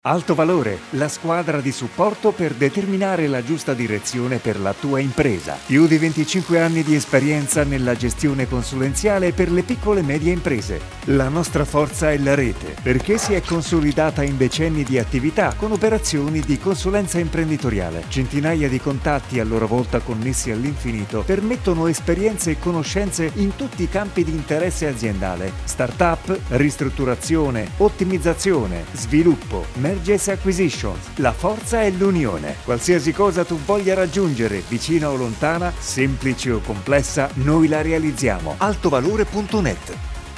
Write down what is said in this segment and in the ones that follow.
Alto Valore, la squadra di supporto per determinare la giusta direzione per la tua impresa. Più di 25 anni di esperienza nella gestione consulenziale per le piccole e medie imprese. La nostra forza è la rete, perché si è consolidata in decenni di attività con operazioni di consulenza imprenditoriale. Centinaia di contatti a loro volta connessi all'infinito permettono esperienze e conoscenze in tutti i campi di interesse aziendale. Startup, ristrutturazione, ottimizzazione, sviluppo, Mergers e Acquisitions. La forza è l'unione. Qualsiasi cosa tu voglia raggiungere, vicina o lontana, semplice o complessa, noi la realizziamo. Altovalore.net.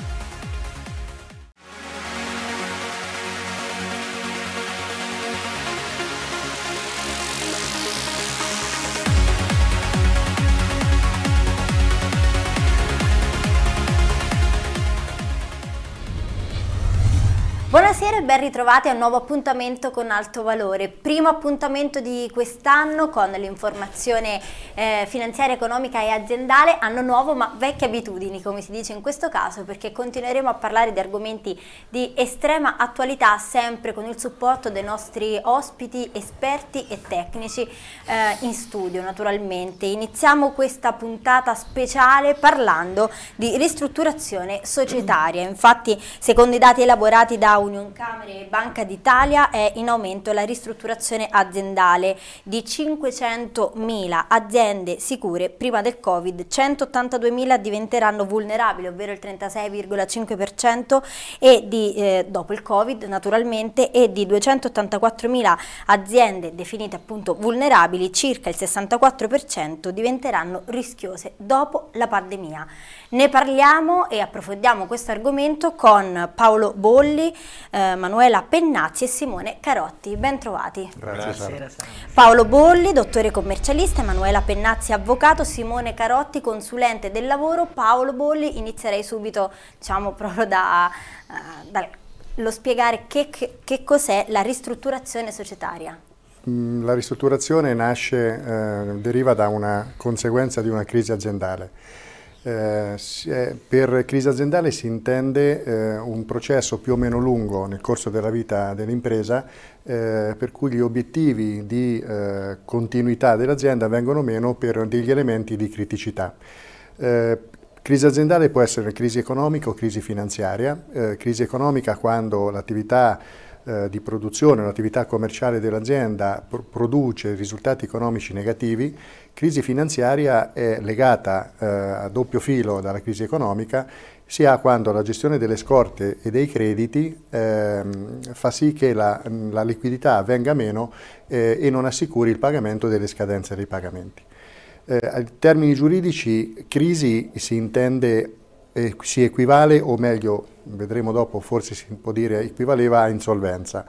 Buonasera e ben ritrovati a un nuovo appuntamento con Alto Valore, primo appuntamento di quest'anno con l'informazione finanziaria, economica e aziendale, anno nuovo ma vecchie abitudini come si dice in questo caso, perché continueremo a parlare di argomenti di estrema attualità sempre con il supporto dei nostri ospiti, esperti e tecnici in studio naturalmente. Iniziamo questa puntata speciale parlando di ristrutturazione societaria, infatti secondo i dati elaborati da Unioncamere e Banca d'Italia è in aumento la ristrutturazione aziendale di 500.000 aziende sicure prima del Covid, 182.000 diventeranno vulnerabili, ovvero il 36,5% e dopo il Covid naturalmente, e di 284.000 aziende definite appunto vulnerabili, circa il 64% diventeranno rischiose dopo la pandemia. Ne parliamo e approfondiamo questo argomento con Paolo Bolli, Manuela Pennazzi e Simone Carotti. Ben trovati. Grazie. Paolo Bolli, dottore commercialista, Manuela Pennazzi, avvocato, Simone Carotti, consulente del lavoro. Paolo Bolli, inizierei subito proprio dallo spiegare che cos'è la ristrutturazione societaria. La ristrutturazione deriva da una conseguenza di una crisi aziendale. Per crisi aziendale si intende un processo più o meno lungo nel corso della vita dell'impresa, per cui gli obiettivi di continuità dell'azienda vengono meno per degli elementi di criticità. Crisi aziendale può essere crisi economica o crisi finanziaria. Crisi economica quando l'attività di produzione, l'attività commerciale dell'azienda produce risultati economici negativi. Crisi finanziaria è legata a doppio filo dalla crisi economica, sia quando la gestione delle scorte e dei crediti fa sì che la liquidità venga meno e non assicuri il pagamento delle scadenze dei pagamenti. In termini giuridici, crisi si intende si equivale, o meglio, vedremo dopo, forse si può dire equivaleva a insolvenza.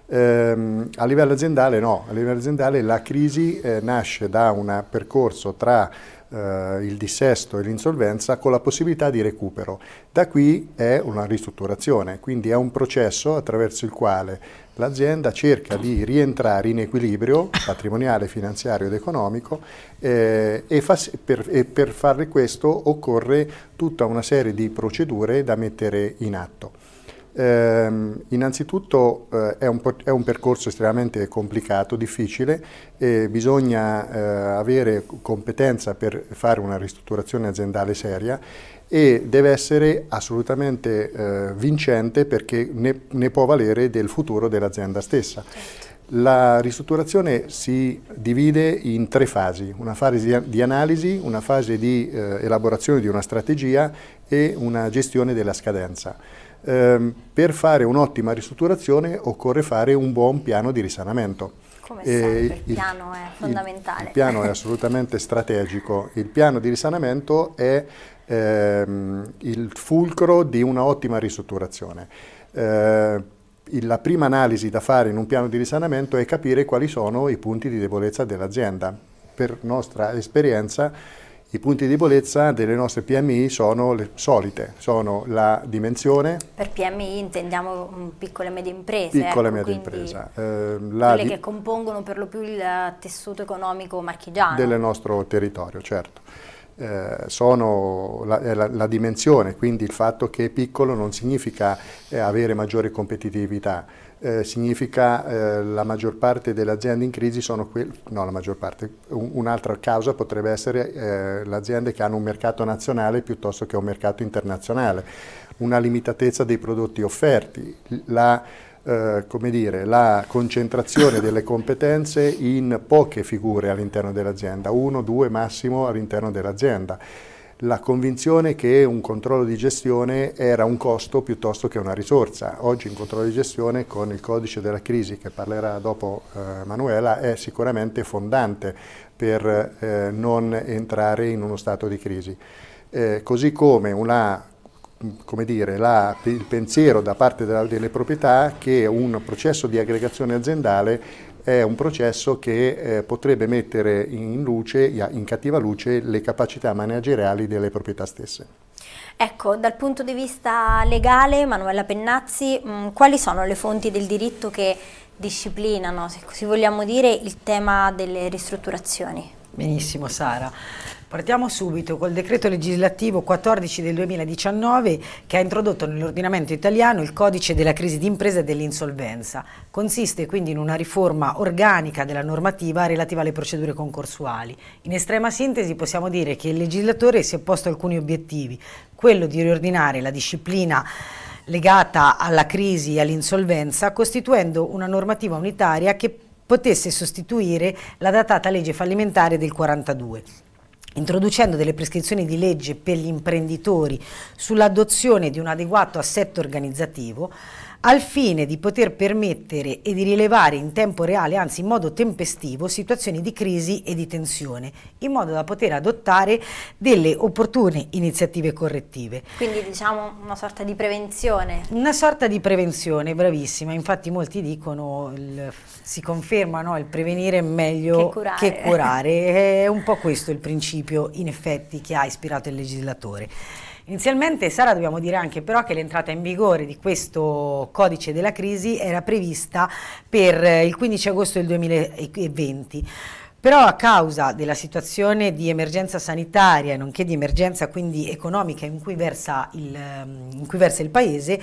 A livello aziendale no, a livello aziendale la crisi nasce da un percorso tra il dissesto e l'insolvenza con la possibilità di recupero. Da qui è una ristrutturazione, quindi è un processo attraverso il quale l'azienda cerca di rientrare in equilibrio patrimoniale, finanziario ed economico e per fare questo occorre tutta una serie di procedure da mettere in atto. Innanzitutto è un percorso estremamente complicato, difficile, bisogna avere competenza per fare una ristrutturazione aziendale seria e deve essere assolutamente vincente, perché ne può valere del futuro dell'azienda stessa. La ristrutturazione si divide in 3 fasi, una fase di analisi, una fase di elaborazione di una strategia e una gestione della scadenza. Per fare un'ottima ristrutturazione occorre fare un buon piano di risanamento. Come sempre, il piano è fondamentale. Il piano è assolutamente strategico. Il piano di risanamento è il fulcro di una ottima ristrutturazione. La prima analisi da fare in un piano di risanamento è capire quali sono i punti di debolezza dell'azienda. Per nostra esperienza, i punti di debolezza delle nostre PMI sono le solite, sono la dimensione. Per PMI intendiamo piccole e medie imprese. Piccole e medie imprese. Quelle che compongono per lo più il tessuto economico marchigiano. Del nostro territorio, certo. sono la dimensione, quindi il fatto che è piccolo non significa avere maggiore competitività, significa la maggior parte delle aziende in crisi sono no, la maggior parte, un'altra causa potrebbe essere le aziende che hanno un mercato nazionale piuttosto che un mercato internazionale, una limitatezza dei prodotti offerti, come dire, la concentrazione delle competenze in poche figure all'interno dell'azienda, 1, 2 massimo all'interno dell'azienda. La convinzione che un controllo di gestione era un costo piuttosto che una risorsa. Oggi un controllo di gestione con il codice della crisi, che parlerà dopo Manuela, è sicuramente fondante per non entrare in uno stato di crisi. Così come il pensiero da parte delle proprietà che un processo di aggregazione aziendale è un processo che potrebbe mettere in cattiva luce le capacità manageriali delle proprietà stesse. Ecco, dal punto di vista legale, Manuela Pennazzi, quali sono le fonti del diritto che disciplinano, se così vogliamo dire, il tema delle ristrutturazioni? Benissimo Sara. Partiamo subito col decreto legislativo 14 del 2019 che ha introdotto nell'ordinamento italiano il codice della crisi d'impresa e dell'insolvenza. Consiste quindi in una riforma organica della normativa relativa alle procedure concorsuali. In estrema sintesi possiamo dire che il legislatore si è posto alcuni obiettivi, quello di riordinare la disciplina legata alla crisi e all'insolvenza, costituendo una normativa unitaria che potesse sostituire la datata legge fallimentare del 42. Introducendo delle prescrizioni di legge per gli imprenditori sull'adozione di un adeguato assetto organizzativo al fine di poter permettere e di rilevare in tempo reale, anzi in modo tempestivo, situazioni di crisi e di tensione, in modo da poter adottare delle opportune iniziative correttive. Quindi diciamo una sorta di prevenzione. Una sorta di prevenzione, bravissima, infatti molti dicono, si conferma, no, il prevenire è meglio che curare, è un po' questo il principio in effetti che ha ispirato il legislatore. Inizialmente, Sara, dobbiamo dire anche però che l'entrata in vigore di questo codice della crisi era prevista per il 15 agosto del 2020. Però a causa della situazione di emergenza sanitaria, nonché di emergenza quindi economica in cui versa il Paese,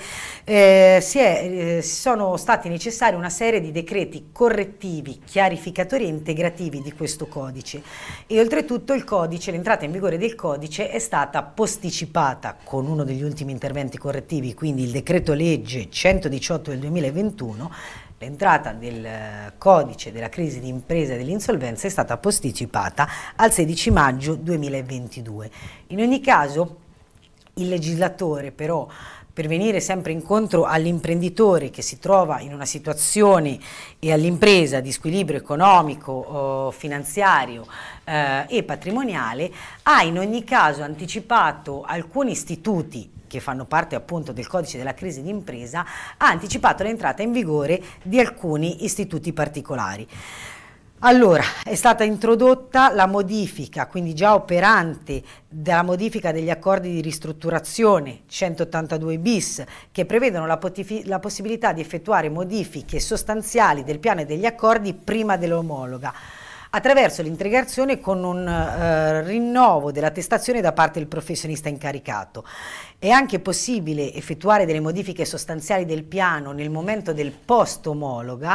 sono stati necessari una serie di decreti correttivi, chiarificatori e integrativi di questo codice. E oltretutto l'entrata in vigore del codice è stata posticipata con uno degli ultimi interventi correttivi, quindi il decreto legge 118 del 2021, l'entrata del codice della crisi d'impresa e dell'insolvenza è stata posticipata al 16 maggio 2022. In ogni caso, il legislatore però, per venire sempre incontro all'imprenditore che si trova in una situazione e all'impresa di squilibrio economico, finanziario e patrimoniale, ha in ogni caso anticipato alcuni istituti che fanno parte appunto del codice della crisi d'impresa, ha anticipato l'entrata in vigore di alcuni istituti particolari. Allora, è stata introdotta la modifica, quindi già operante, della modifica degli accordi di ristrutturazione 182 bis, che prevedono la possibilità di effettuare modifiche sostanziali del piano e degli accordi prima dell'omologa, attraverso l'integrazione con un rinnovo dell'attestazione da parte del professionista incaricato. È anche possibile effettuare delle modifiche sostanziali del piano nel momento del post-omologa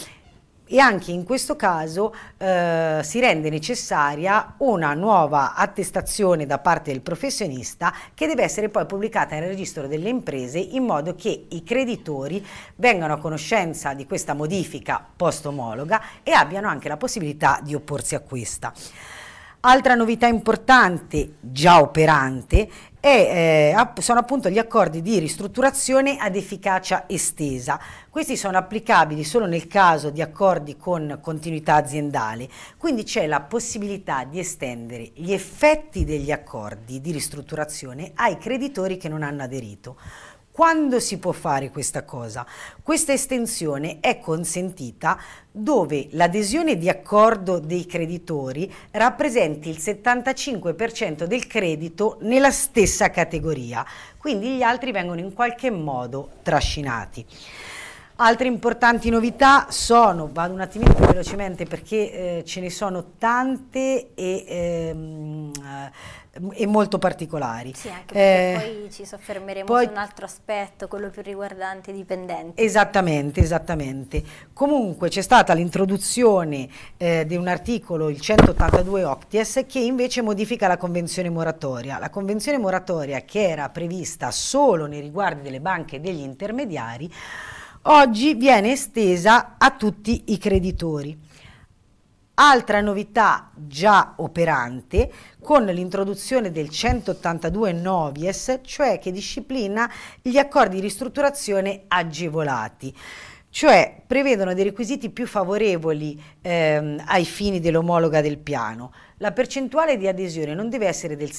e anche in questo caso si rende necessaria una nuova attestazione da parte del professionista che deve essere poi pubblicata nel registro delle imprese in modo che i creditori vengano a conoscenza di questa modifica post-omologa e abbiano anche la possibilità di opporsi a questa. Altra novità importante, già operante, sono appunto gli accordi di ristrutturazione ad efficacia estesa. Questi sono applicabili solo nel caso di accordi con continuità aziendale, quindi c'è la possibilità di estendere gli effetti degli accordi di ristrutturazione ai creditori che non hanno aderito. Quando si può fare questa cosa? Questa estensione è consentita dove l'adesione di accordo dei creditori rappresenti il 75% del credito nella stessa categoria, quindi gli altri vengono in qualche modo trascinati. Altre importanti novità sono, vado un attimino più velocemente perché ce ne sono tante e molto particolari. Sì, anche perché poi ci soffermeremo poi, su un altro aspetto, quello più riguardante i dipendenti. Esattamente, esattamente. Comunque c'è stata l'introduzione di un articolo, il 182 Octies, che invece modifica la convenzione moratoria. La convenzione moratoria, che era prevista solo nei riguardi delle banche e degli intermediari, oggi viene estesa a tutti i creditori. Altra novità già operante con l'introduzione del 182 Novies, cioè che disciplina gli accordi di ristrutturazione agevolati, cioè prevedono dei requisiti più favorevoli ai fini dell'omologa del piano. La percentuale di adesione non deve essere del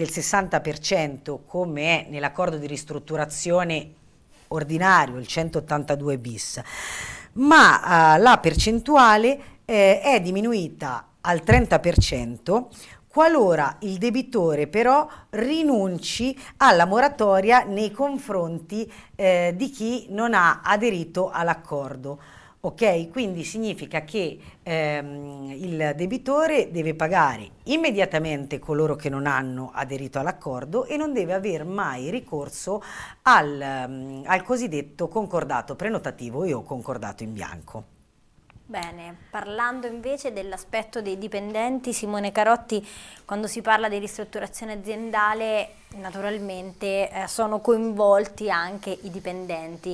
60% come è nell'accordo di ristrutturazione ordinario, il 182 bis, ma la percentuale è diminuita al 30% qualora il debitore però rinunci alla moratoria nei confronti di chi non ha aderito all'accordo. Ok, quindi significa che il debitore deve pagare immediatamente coloro che non hanno aderito all'accordo e non deve aver mai ricorso al cosiddetto concordato prenotativo o concordato in bianco. Bene, parlando invece dell'aspetto dei dipendenti, Simone Carotti, quando si parla di ristrutturazione aziendale naturalmente sono coinvolti anche i dipendenti.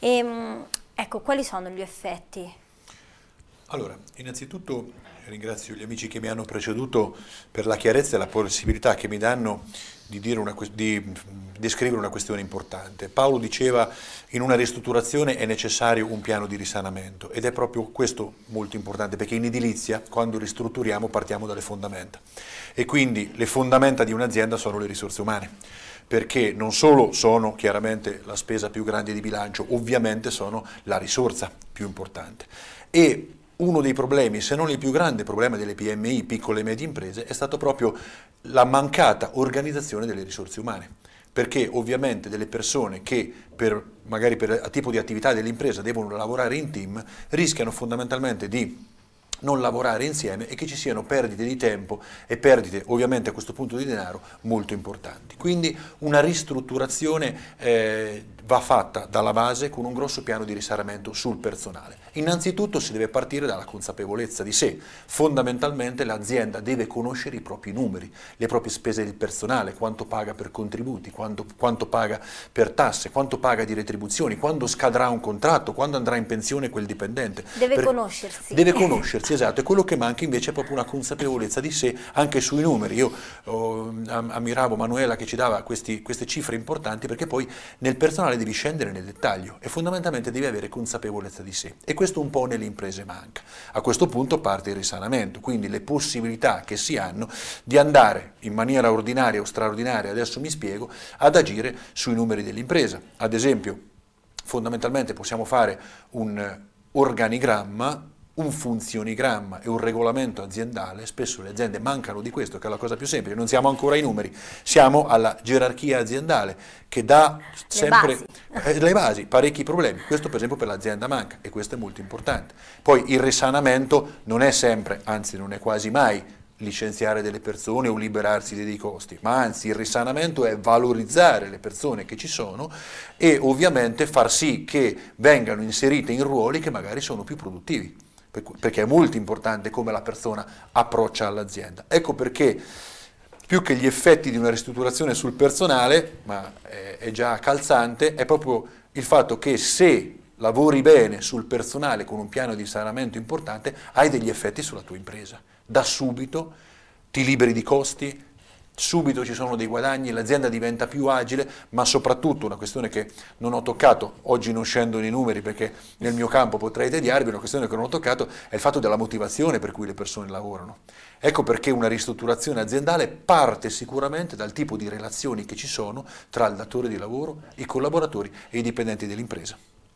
Ecco, quali sono gli effetti? Allora, innanzitutto ringrazio gli amici che mi hanno preceduto per la chiarezza e la possibilità che mi danno di descrivere una questione importante. Paolo diceva in una ristrutturazione è necessario un piano di risanamento ed è proprio questo molto importante perché in edilizia quando ristrutturiamo partiamo dalle fondamenta e quindi le fondamenta di un'azienda sono le risorse umane. Perché non solo sono chiaramente la spesa più grande di bilancio, ovviamente sono la risorsa più importante. E uno dei problemi, se non il più grande problema delle PMI, piccole e medie imprese, è stato proprio la mancata organizzazione delle risorse umane. Perché ovviamente delle persone che magari per tipo di attività dell'impresa devono lavorare in team, rischiano fondamentalmente di non lavorare insieme e che ci siano perdite di tempo e perdite ovviamente a questo punto di denaro molto importanti. Quindi una ristrutturazione va fatta dalla base con un grosso piano di risanamento sul personale. Innanzitutto si deve partire dalla consapevolezza di sé. Fondamentalmente l'azienda deve conoscere i propri numeri, le proprie spese del personale, quanto paga per contributi, quanto paga per tasse, quanto paga di retribuzioni, quando scadrà un contratto, quando andrà in pensione quel dipendente. Deve conoscersi. Deve conoscersi, esatto. E quello che manca invece è proprio una consapevolezza di sé anche sui numeri. Io ammiravo Manuela che ci dava queste cifre importanti perché poi nel personale devi scendere nel dettaglio e fondamentalmente devi avere consapevolezza di sé. E questo un po' nelle imprese manca. A questo punto parte il risanamento, quindi le possibilità che si hanno di andare in maniera ordinaria o straordinaria, adesso mi spiego, ad agire sui numeri dell'impresa. Ad esempio, fondamentalmente possiamo fare un organigramma, un funzionigramma e un regolamento aziendale. Spesso le aziende mancano di questo, che è la cosa più semplice, non siamo ancora ai numeri, siamo alla gerarchia aziendale che dà sempre le basi, parecchi problemi. Questo per esempio per l'azienda manca e questo è molto importante. Poi il risanamento non è sempre, anzi non è quasi mai, licenziare delle persone o liberarsi dei costi, ma anzi il risanamento è valorizzare le persone che ci sono e ovviamente far sì che vengano inserite in ruoli che magari sono più produttivi, perché è molto importante come la persona approccia all'azienda. Ecco perché più che gli effetti di una ristrutturazione sul personale, ma è già calzante, è proprio il fatto che se lavori bene sul personale con un piano di risanamento importante, hai degli effetti sulla tua impresa. Da subito ti liberi di costi, subito ci sono dei guadagni, l'azienda diventa più agile, ma soprattutto una questione che non ho toccato, oggi non scendo nei numeri perché nel mio campo potrei tediarvi, una questione che non ho toccato è il fatto della motivazione per cui le persone lavorano. Ecco perché una ristrutturazione aziendale parte sicuramente dal tipo di relazioni che ci sono tra il datore di lavoro, i collaboratori e i dipendenti dell'impresa.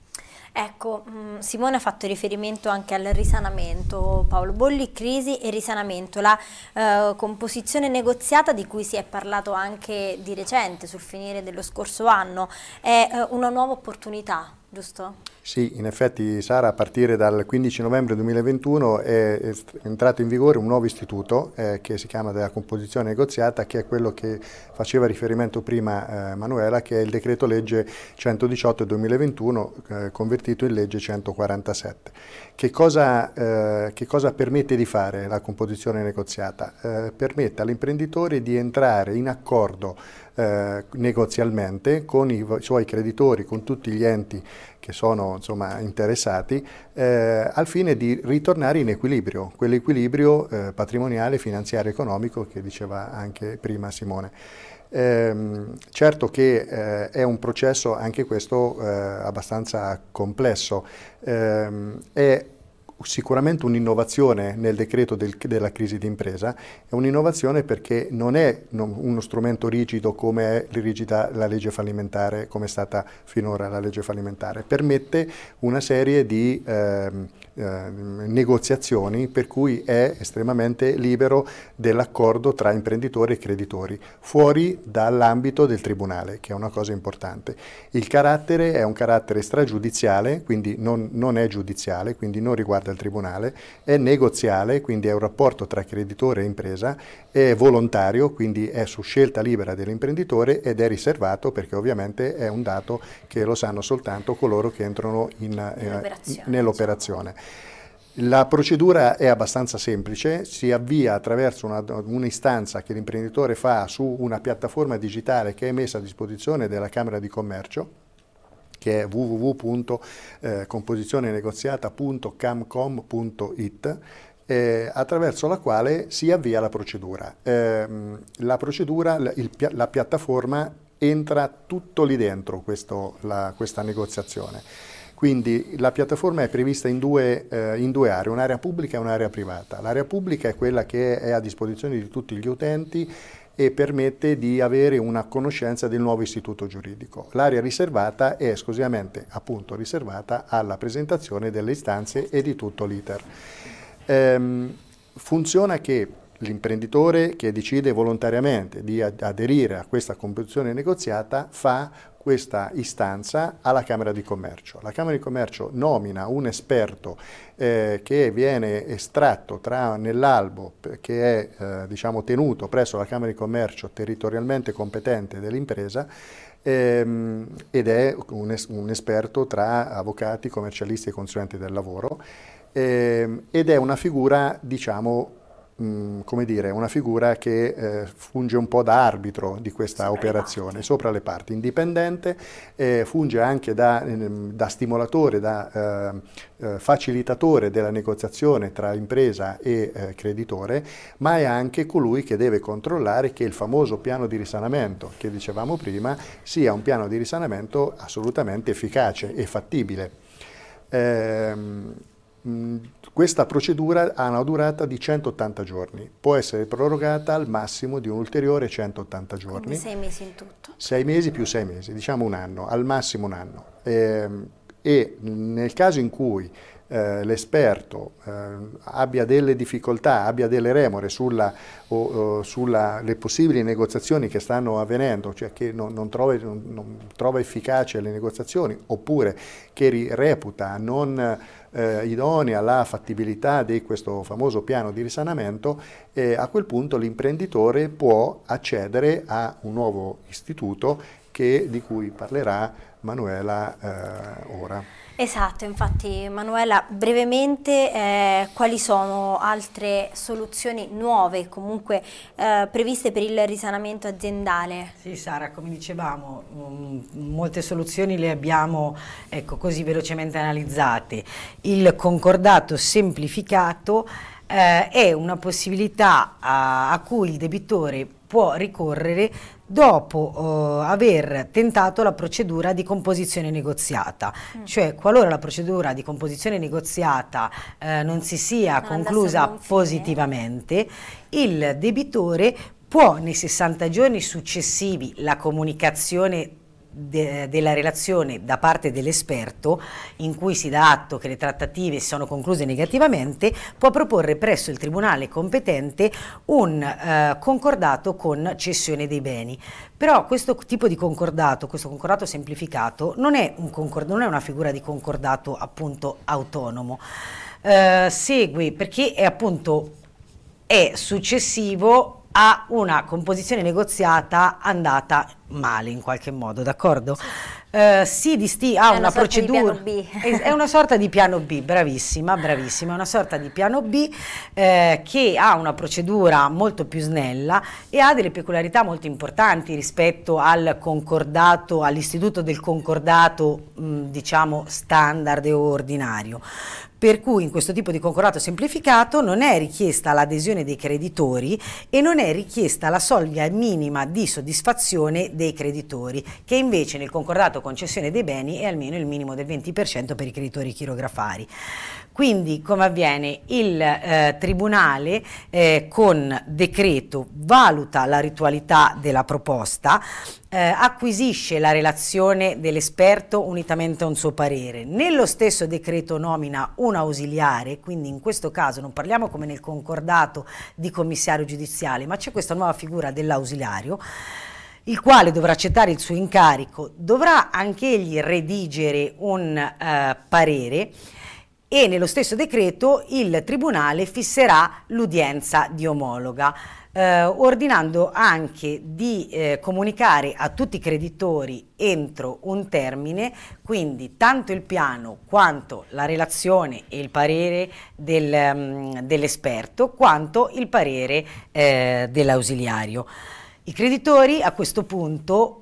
Ecco, Simone ha fatto riferimento anche al risanamento, Paolo Bolli, crisi e risanamento, la composizione negoziata di cui si è parlato anche di recente sul finire dello scorso anno, è una nuova opportunità, giusto? Sì, in effetti Sara, a partire dal 15 novembre 2021 è entrato in vigore un nuovo istituto che si chiama della composizione negoziata, che è quello che faceva riferimento prima Manuela, che è il decreto legge 118 2021 convertito in legge 147. Che cosa permette di fare la composizione negoziata? Permette all'imprenditore di entrare in accordo negozialmente con i suoi creditori, con tutti gli enti che sono interessati, al fine di ritornare in equilibrio, quell'equilibrio patrimoniale, finanziario, economico che diceva anche prima Simone. Certo che è un processo anche questo abbastanza complesso, è sicuramente un'innovazione nel decreto della crisi d'impresa, è un'innovazione perché non è uno strumento rigido come è la legge fallimentare, come è stata finora la legge fallimentare, permette una serie di negoziazioni per cui è estremamente libero dell'accordo tra imprenditori e creditori, fuori dall'ambito del tribunale, che è una cosa importante. Il carattere è un carattere stragiudiziale, quindi non è giudiziale, quindi non riguarda il tribunale, è negoziale, quindi è un rapporto tra creditore e impresa, è volontario, quindi è su scelta libera dell'imprenditore, ed è riservato perché ovviamente è un dato che lo sanno soltanto coloro che entrano nell'operazione. La procedura è abbastanza semplice, si avvia attraverso un'istanza che l'imprenditore fa su una piattaforma digitale che è messa a disposizione della Camera di Commercio, che è www.composizionenegoziata.camcom.it, attraverso la quale si avvia la procedura. La piattaforma entra tutto lì dentro questa negoziazione. Quindi la piattaforma è prevista in due aree, un'area pubblica e un'area privata. L'area pubblica è quella che è a disposizione di tutti gli utenti e permette di avere una conoscenza del nuovo istituto giuridico. L'area riservata è esclusivamente appunto riservata alla presentazione delle istanze e di tutto l'iter. Funziona che l'imprenditore che decide volontariamente di aderire a questa composizione negoziata fa questa istanza alla Camera di Commercio. La Camera di Commercio nomina un esperto che viene estratto nell'albo che è tenuto presso la Camera di Commercio territorialmente competente dell'impresa, ed è un esperto tra avvocati, commercialisti e consulenti del lavoro, ed è una figura, una figura che funge un po' da arbitro di questa operazione, sopra le parti, indipendente, funge anche da stimolatore, da facilitatore della negoziazione tra impresa e creditore, ma è anche colui che deve controllare che il famoso piano di risanamento che dicevamo prima sia un piano di risanamento assolutamente efficace e fattibile. Questa procedura ha una durata di 180 giorni, può essere prorogata al massimo di un ulteriore 180 giorni. Quindi 6 mesi in tutto. 6 mesi più 6 mesi, diciamo un anno, al massimo un anno. E nel caso in cui l'esperto abbia delle difficoltà, abbia delle remore sulle possibili negoziazioni che stanno avvenendo, cioè che non trova efficace le negoziazioni, oppure che reputa non idonea alla fattibilità di questo famoso piano di risanamento, a quel punto l'imprenditore può accedere a un nuovo istituto di cui parlerà Manuela ora. Esatto, infatti Manuela, brevemente quali sono altre soluzioni nuove comunque previste per il risanamento aziendale? Sì Sara, come dicevamo, molte soluzioni le abbiamo così velocemente analizzate. Il concordato semplificato è una possibilità a cui il debitore può ricorrere dopo aver tentato la procedura di composizione negoziata, cioè qualora la procedura di composizione negoziata non si sia conclusa positivamente, il debitore può nei 60 giorni successivi la comunicazione della relazione da parte dell'esperto, in cui si dà atto che le trattative si sono concluse negativamente, può proporre presso il tribunale competente un concordato con cessione dei beni. Però questo tipo di concordato, questo concordato semplificato, non è una figura di concordato appunto autonomo. Segue perché è successivo a una composizione negoziata andata male in qualche modo, d'accordo? Ha una procedura, è una sorta di piano B, bravissima, è una sorta di piano B che ha una procedura molto più snella e ha delle peculiarità molto importanti rispetto al concordato, all'istituto del concordato diciamo standard o ordinario. Per cui in questo tipo di concordato semplificato non è richiesta l'adesione dei creditori e non è richiesta la soglia minima di soddisfazione dei creditori, che invece nel concordato concessione dei beni è almeno il minimo del 20% per i creditori chirografari. Quindi, come avviene, il Tribunale con decreto valuta la ritualità della proposta, acquisisce la relazione dell'esperto unitamente a un suo parere. Nello stesso decreto nomina un ausiliare, quindi in questo caso non parliamo come nel concordato di commissario giudiziale, ma c'è questa nuova figura dell'ausiliario, il quale dovrà accettare il suo incarico, dovrà anche egli redigere un parere e nello stesso decreto il Tribunale fisserà l'udienza di omologa, ordinando anche di comunicare a tutti i creditori entro un termine, quindi tanto il piano quanto la relazione e il parere dell'esperto, quanto il parere dell'ausiliario. I creditori a questo punto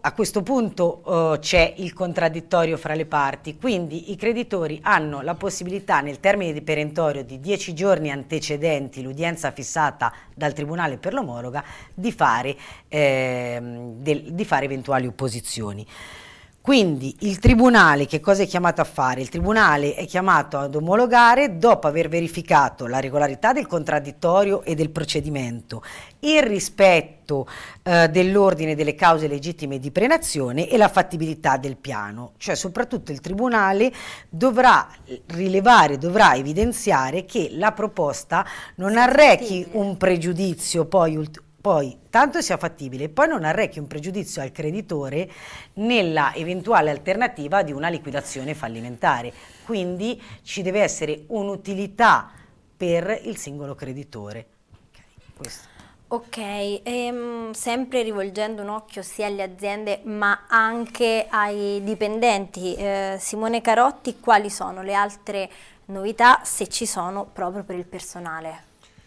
c'è il contraddittorio fra le parti, quindi i creditori hanno la possibilità nel termine di perentorio di 10 giorni antecedenti l'udienza fissata dal Tribunale per l'omologa di fare eventuali opposizioni. Quindi il Tribunale che cosa è chiamato a fare? Il Tribunale è chiamato ad omologare dopo aver verificato la regolarità del contraddittorio e del procedimento, il rispetto dell'ordine delle cause legittime di prenazione e la fattibilità del piano. Cioè soprattutto il Tribunale dovrà rilevare, dovrà evidenziare che la proposta non arrechi un pregiudizio poi tanto sia fattibile, poi non arrechi un pregiudizio al creditore nella eventuale alternativa di una liquidazione fallimentare. Quindi ci deve essere un'utilità per il singolo creditore. Questo. Ok, sempre rivolgendo un occhio sia alle aziende ma anche ai dipendenti, Simone Carotti, quali sono le altre novità, se ci sono, proprio per il personale?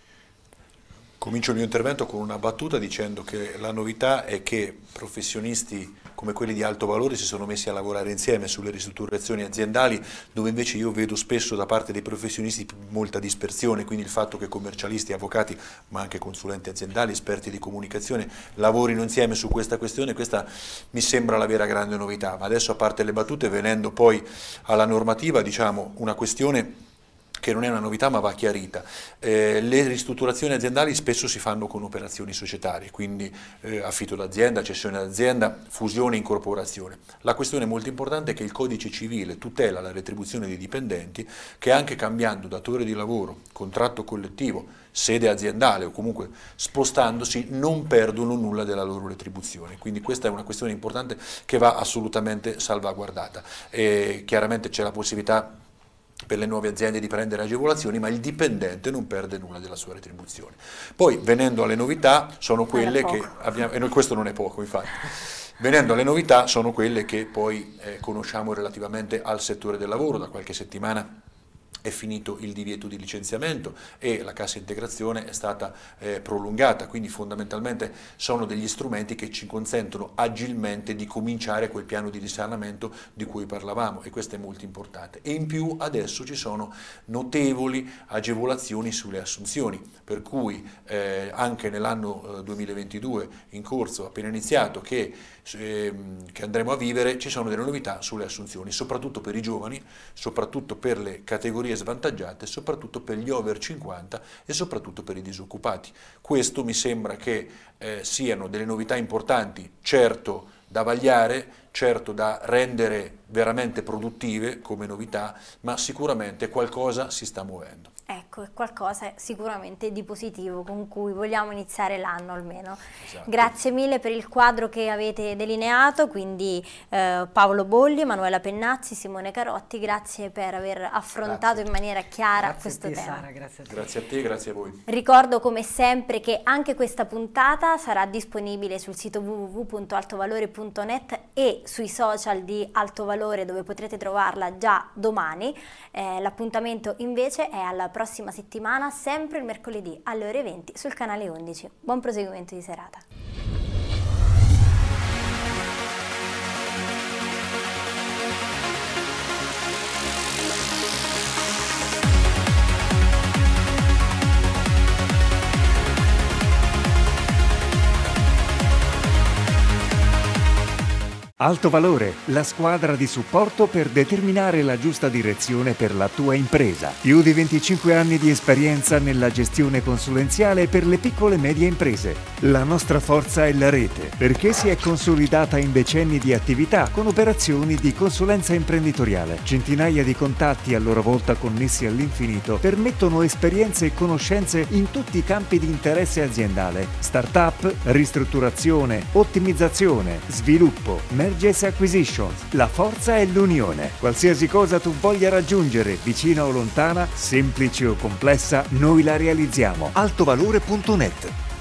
Comincio il mio intervento con una battuta dicendo che la novità è che professionisti come quelli di alto valore si sono messi a lavorare insieme sulle ristrutturazioni aziendali, dove invece io vedo spesso da parte dei professionisti molta dispersione, quindi il fatto che commercialisti, avvocati, ma anche consulenti aziendali, esperti di comunicazione lavorino insieme su questa questione, questa mi sembra la vera grande novità. Ma adesso, a parte le battute, venendo poi alla normativa, diciamo una questione che non è una novità ma va chiarita. Le ristrutturazioni aziendali spesso si fanno con operazioni societarie, quindi affitto d'azienda, cessione d'azienda, fusione, incorporazione. La questione molto importante è che il codice civile tutela la retribuzione dei dipendenti che anche cambiando datore di lavoro, contratto collettivo, sede aziendale o comunque spostandosi non perdono nulla della loro retribuzione. Quindi questa è una questione importante che va assolutamente salvaguardata. Chiaramente c'è la possibilità per le nuove aziende di prendere agevolazioni, ma il dipendente non perde nulla della sua retribuzione. Poi, venendo alle novità, sono quelle che abbiamo, e questo non è poco infatti, venendo alle novità sono quelle che poi conosciamo relativamente al settore del lavoro. Da qualche settimana è finito il divieto di licenziamento e la cassa integrazione è stata prolungata, quindi fondamentalmente sono degli strumenti che ci consentono agilmente di cominciare quel piano di risanamento di cui parlavamo, e questo è molto importante. E in più adesso ci sono notevoli agevolazioni sulle assunzioni, per cui anche nell'anno 2022 in corso, appena iniziato, che andremo a vivere, ci sono delle novità sulle assunzioni, soprattutto per i giovani, soprattutto per le categorie svantaggiate, soprattutto per gli over 50 e soprattutto per i disoccupati. Questo mi sembra che siano delle novità importanti, certo da vagliare, certo da rendere veramente produttive come novità, ma sicuramente qualcosa si sta muovendo. Ecco, è qualcosa sicuramente di positivo con cui vogliamo iniziare l'anno almeno. Esatto. Grazie mille per il quadro che avete delineato, quindi Paolo Bolli, Emanuela Pennazzi, Simone Carotti, grazie per aver affrontato in maniera chiara questo tema. Sara, grazie a te. Grazie a te, grazie a voi. Ricordo come sempre che anche questa puntata sarà disponibile sul sito www.altovalore.net e sui social di Alto Valore, dove potrete trovarla già domani. L'appuntamento invece è alla prossima settimana, sempre il mercoledì alle ore 20 sul canale 11. Buon proseguimento di serata. Alto Valore, la squadra di supporto per determinare la giusta direzione per la tua impresa. Più di 25 anni di esperienza nella gestione consulenziale per le piccole e medie imprese. La nostra forza è la rete, perché si è consolidata in decenni di attività con operazioni di consulenza imprenditoriale. Centinaia di contatti a loro volta connessi all'infinito permettono esperienze e conoscenze in tutti i campi di interesse aziendale. Startup, ristrutturazione, ottimizzazione, sviluppo, mergers e acquisitions. La forza è l'unione. Qualsiasi cosa tu voglia raggiungere, vicina o lontana, semplice o complessa, noi la realizziamo. Altovalore.net